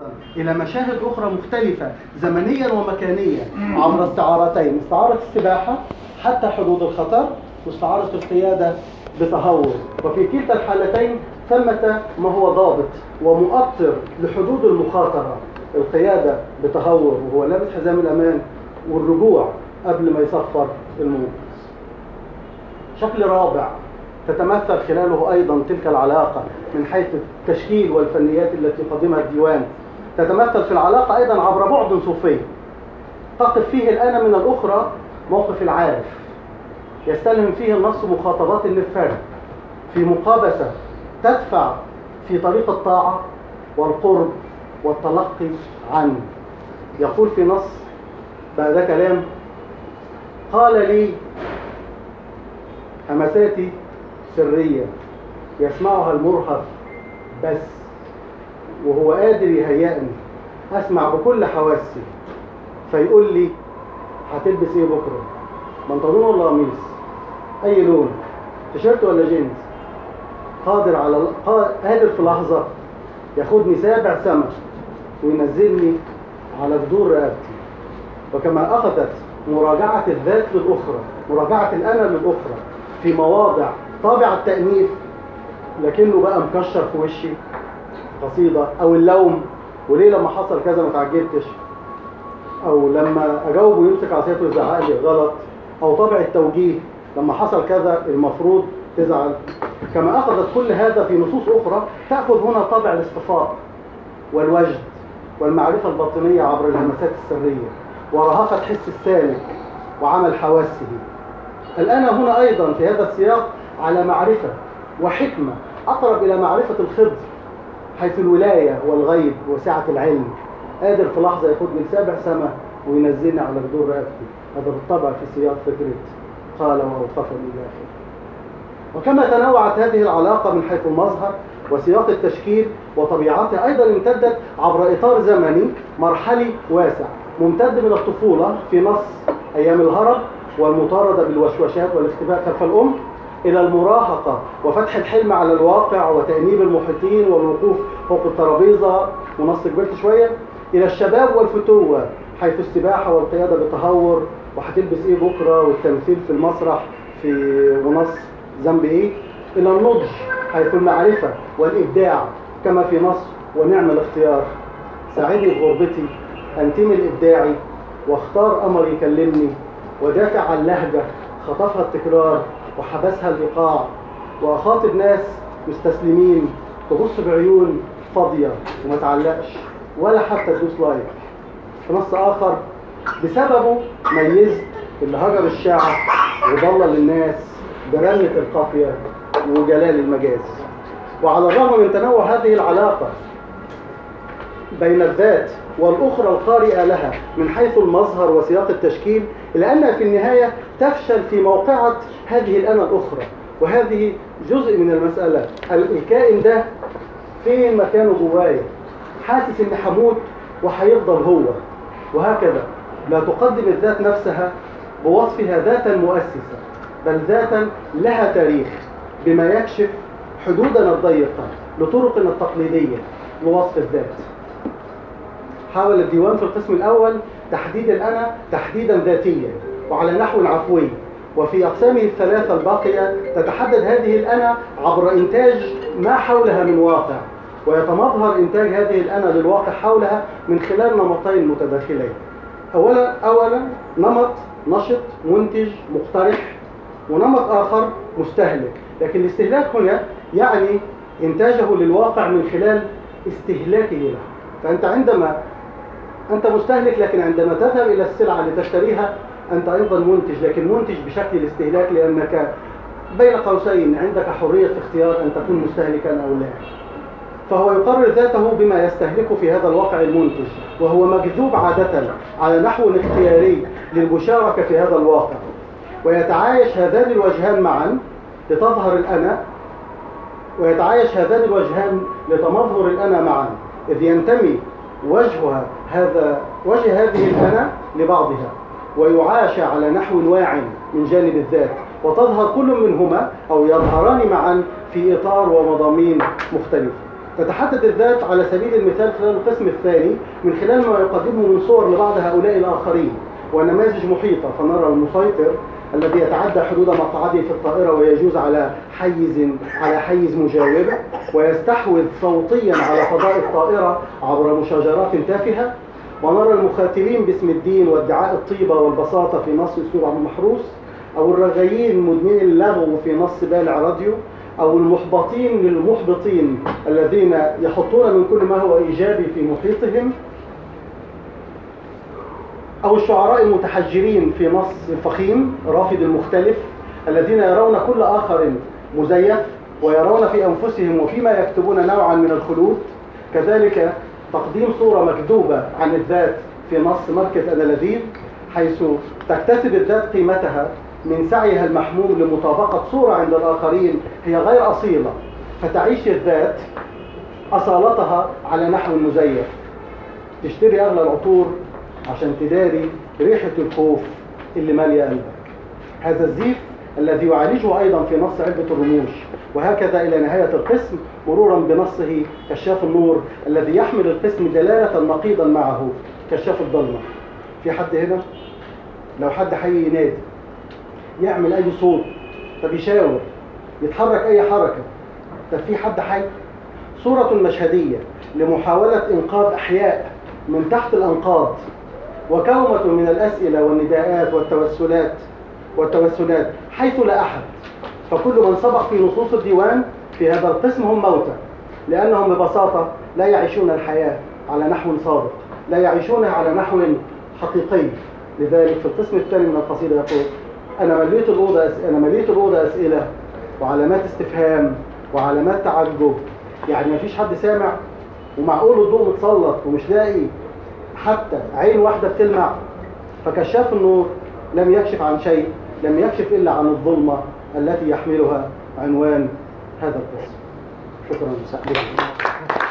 إلى مشاهد أخرى مختلفة زمنيا ومكانيا عبر استعارتين، استعارة السباحة حتى حدود الخطر واستعارة القيادة بتهور. وفي كلتا الحالتين ثمة ما هو ضابط ومؤطر لحدود المخاطرة، القيادة بتهور وهو لابس حزام الأمان، والرجوع قبل ما يصفر الموت. شكل رابع تتمثل خلاله أيضا تلك العلاقة من حيث التشكيل والفنيات التي قدمها الديوان، تتمثل في العلاقة أيضا عبر بعد صوفي تقف فيه الآن من الأخرى موقف العارف، يستلهم فيه النص مخاطبات للفرد في مقابسة تدفع في طريق الطاعة والقرب والتلقي عنه. يقول في نص بقى ده كلام: قال لي همساتي سرية يسمعها المرهف بس، وهو قادر يهيئني أسمع بكل حواسي، فيقول لي هتلبس ايه بكرة، بنطلون ولا قميص، اي لون، تيشيرت ولا جينز. قادر في لحظة ياخدني سابع سما وينزلني على جذور رقبتي. وكما أخذت مراجعة الذات للأخرى، مراجعة الأنا للأخرى في مواضع طابع التأنيف لكنه بقى مكشر في وشي قصيدة، أو اللوم وليه لما حصل كذا ما تعجبتش، أو لما أجاوبه يمسك عصايته ويزعق لي غلط، أو طابع التوجيه لما حصل كذا المفروض تزعل. كما أخذت كل هذا في نصوص أخرى تأخذ هنا طابع الاصطفاء والوجد والمعرفة الباطنية عبر الهمسات السرية ورهافة حس السالك وعمل حواسه. الآن هنا أيضا في هذا السياق على معرفة وحكمة أقرب إلى معرفة الخضر، حيث الولاية والغيب وسعة العلم، قادر في لحظة ياخدني لسابع سما وينزلني على جذور رقبتي. هذا بالطبع في سياق فكرة قال وأوقفني إلى آخره. وكما تنوعت هذه العلاقة من حيث المظهر وسياق التشكيل وطبيعتها، أيضا امتدت عبر إطار زمني مرحلي واسع ممتد من الطفولة في نص أيام الهرب والمطاردة بالوشوشات والاختباء خلف الأم، إلى المراهقة وفتح الحلم على الواقع وتأنيب المحيطين والوقوف فوق الترابيزة ونص كبرت شوية، إلى الشباب والفتوة حيث السباحة والقيادة بتهور وهتلبس إيه بكرة والتمثيل في المسرح في ونص ذنب إيه، إلى النضج حيث المعرفة والإبداع كما في نص ونعم الاختيار. ساعدني في غربتي أنتمي لإبداعي واختار قمر يكلمني ودافع عن اللهجة خطفها التكرار وحبسها الإيقاع، وأخاطب ناس مستسلمين تبص بعيون فاضية وما تعلقش ولا حتى تدوس لايك. في نص آخر بسببه ميزت اللي هجر الشعب وضلل الناس برنة القافية وجلال المجاز. وعلى الرغم من تنوع هذه العلاقة بين الذات والأخرى القارئة لها من حيث المظهر وسياق التشكيل، إلا أنها في النهاية تفشل في موقعة هذه الأنا الأخرى. وهذه جزء من المسألة، الكائن ده فين مكانه جوايا، حاسس إن حموت وهيفضل هو، وهكذا. لا تقدم الذات نفسها بوصفها ذاتا مؤسسة، بل ذاتا لها تاريخ بما يكشف حدودنا الضيقة لطرقنا التقليدية لوصف الذات. حاول الديوان في القسم الأول تحديد الأنا تحديدا ذاتيا وعلى نحو عفوي، وفي أقسامه الثلاثة الباقية تتحدد هذه الأنا عبر إنتاج ما حولها من واقع، ويتمظهر إنتاج هذه الأنا للواقع حولها من خلال نمطين متداخلين. أولا نمط نشط منتج مقترح، ونمط آخر مستهلك، لكن الاستهلاك هنا يعني إنتاجه للواقع من خلال استهلاكه له. فأنت عندما أنت مستهلك، لكن عندما تذهب إلى السلعة لتشتريها أنت أيضا منتج، لكن منتج بشكل الاستهلاك، لأنك بين قوسين عندك حرية اختيار أن تكون مستهلكا أو لا. فهو يقرر ذاته بما يستهلكه في هذا الواقع المنتج، وهو مجذوب عادة على نحو اختياري للمشاركة في هذا الواقع، ويتعايش هذان الوجهان معا لتظهر الأنا، ويتعايش هذان الوجهان لتمظهر الأنا معا، إذ ينتمي وجه هذه الأنا لبعضها ويعاش على نحو واع من جانب الذات، وتظهر كل منهما أو يظهران معا في إطار ومضامين مختلفة. تتحدد الذات على سبيل المثال خلال القسم الثاني من خلال ما يقدمه من صور لبعض هؤلاء الآخرين ونماذج محيطة. فنرى المسيطر الذي يتعدى حدود مقعده في الطائرة ويجوز على حيز مجاور، ويستحوذ صوتيا على فضاء الطائرة عبر مشاجرات تافهة. ونرى المخاتلين باسم الدين وادعاء الطيبة والبساطة في نص أسلوب عبد المحروس، أو الرغيين مدمنين اللغو في نص بالع راديو، أو المحبطين للمحبطين الذين يحطون من كل ما هو إيجابي في محيطهم، أو الشعراء المتحجرين في نص فخيم رافض المختلف الذين يرون كل آخر مزيف ويرون في أنفسهم وفيما يكتبون نوعا من الخلود. كذلك تقديم صورة مكذوبة عن الذات في نص مركز أنا لذيذ، حيث تكتسب الذات قيمتها من سعيها المحموم لمطابقة صورة عند الآخرين هي غير أصيلة، فتعيش الذات أصالتها على نحو مزيف. تشتري أغلى العطور عشان تداري ريحة الخوف اللي مالية قلبك. هذا الزيف الذي يعالجه أيضا في نص علبة الرموش، وهكذا إلى نهاية القسم مرورا بنصه كشاف النور الذي يحمل القسم دلالة نقيضا معه كشاف الضلمة. في حد هنا؟ لو حد حي ينادي، يعمل أي صوت، طب يشاور، يتحرك أي حركة، طب في حد حي؟ صورة مشهدية لمحاولة إنقاذ أحياء من تحت الأنقاض، وكومة من الأسئلة والنداءات والتوسلات حيث لا أحد. فكل من سبق في نصوص الديوان في هذا القسم هم موتى، لأنهم ببساطة لا يعيشون الحياة على نحو صادق، لا يعيشونها على نحو حقيقي. لذلك في القسم الثاني من القصيدة يقول: أنا مليت الأوضة أسئلة وعلامات استفهام وعلامات تعجب. يعني مفيش حد سامع، ومعقول الضوء متسلط ومش لاقي حتى عين واحدة بتلمع. فكشاف النور لم يكشف عن شيء، لم يكشف إلا عن الظلمة التي يحملها عنوان هذا القسم. شكرا.